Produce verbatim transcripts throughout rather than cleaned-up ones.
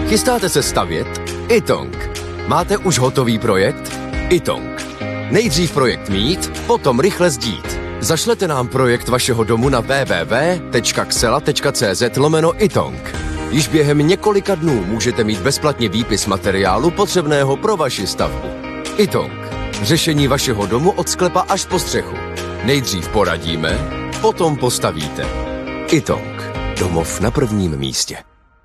Chystáte se stavět? Itong. Máte už hotový projekt? Itong. Nejdřív projekt mít, potom rychle sdít. Zašlete nám projekt vašeho domu na w w w tečka xela tečka c z lomeno Itong. Již během několika dnů můžete mít bezplatně výpis materiálu potřebného pro vaši stavbu. Itong. Řešení vašeho domu od sklepa až po střechu. Nejdřív poradíme, potom postavíte. Itong. Domov na prvním místě.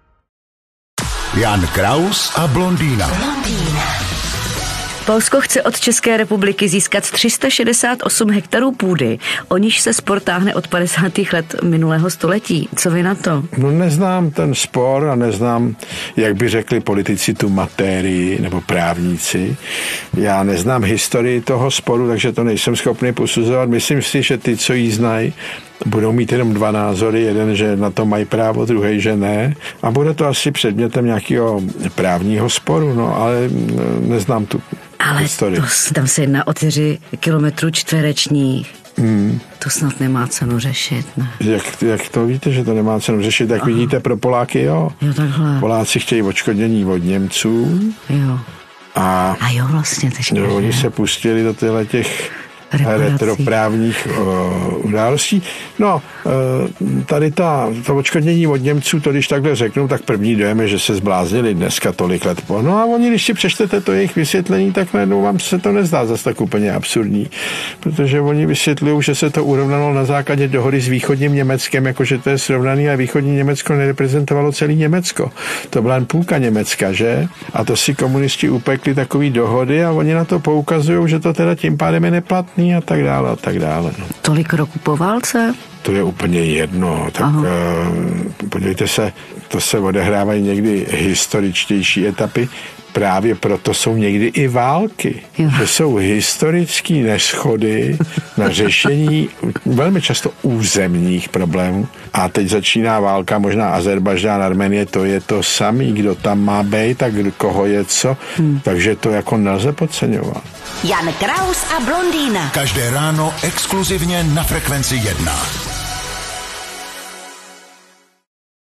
Jan Kraus a blondýna. Blondýna. Polsko chce od České republiky získat tři sta šedesát osm hektarů půdy, o níž se spor táhne od padesátých let minulého století. Co vy na to? No neznám ten spor a neznám, jak by řekli politici, tu matérii nebo právníci. Já neznám historii toho sporu, takže to nejsem schopný posuzovat. Myslím si, že ty, co jí znají, budou mít jenom dva názory, jeden, že na to mají právo, druhý, že ne. A bude to asi předmětem nějakého právního sporu, no ale neznám tu ale historii. To, tam se jedná o čtyři kilometrů čtverečních. Hmm. To snad nemá cenu řešit, ne? Jak, jak to víte, že to nemá cenu řešit? Jak Aha. vidíte, pro Poláky, jo. Jo, takhle. Poláci chtějí odškodnění od Němců. Jo. A, a jo, vlastně teďka, jo, oni se pustili do těchto těch retroprávních uh, událostí. No, uh, tady ta, to odškodnění od Němců, to když takhle řeknou, tak první dojem je, že se zbláznili dneska tolik let po. No a oni, když si přečtete to jejich vysvětlení, tak najednou vám se to nezdá zase tak úplně absurdní. Protože oni vysvětlují, že se to urovnalo na základě dohody s východním Německem, jakože to je srovnaný, a východní Německo nereprezentovalo celý Německo. To byla jen půlka Německa, že? A to si komunisti upekli takový dohody a oni na to poukazují, že to teda tím pádem je neplatný a tak dále a tak dále. No. Tolik roku po válce? To je úplně jedno. Tak uh, podívejte se, to se odehrávají někdy historičtější etapy. Právě proto jsou někdy i války. Jo. Že jsou historické neshody na řešení velmi často územních problémů. A teď začíná válka, možná Azerbajdžán, Arménie, to je to samý, kdo tam má být, tak koho je co. Hmm. Takže to jako nelze podceňovat. Jan Kraus a blondýna. Každé ráno exkluzivně na Frekvenci jedna.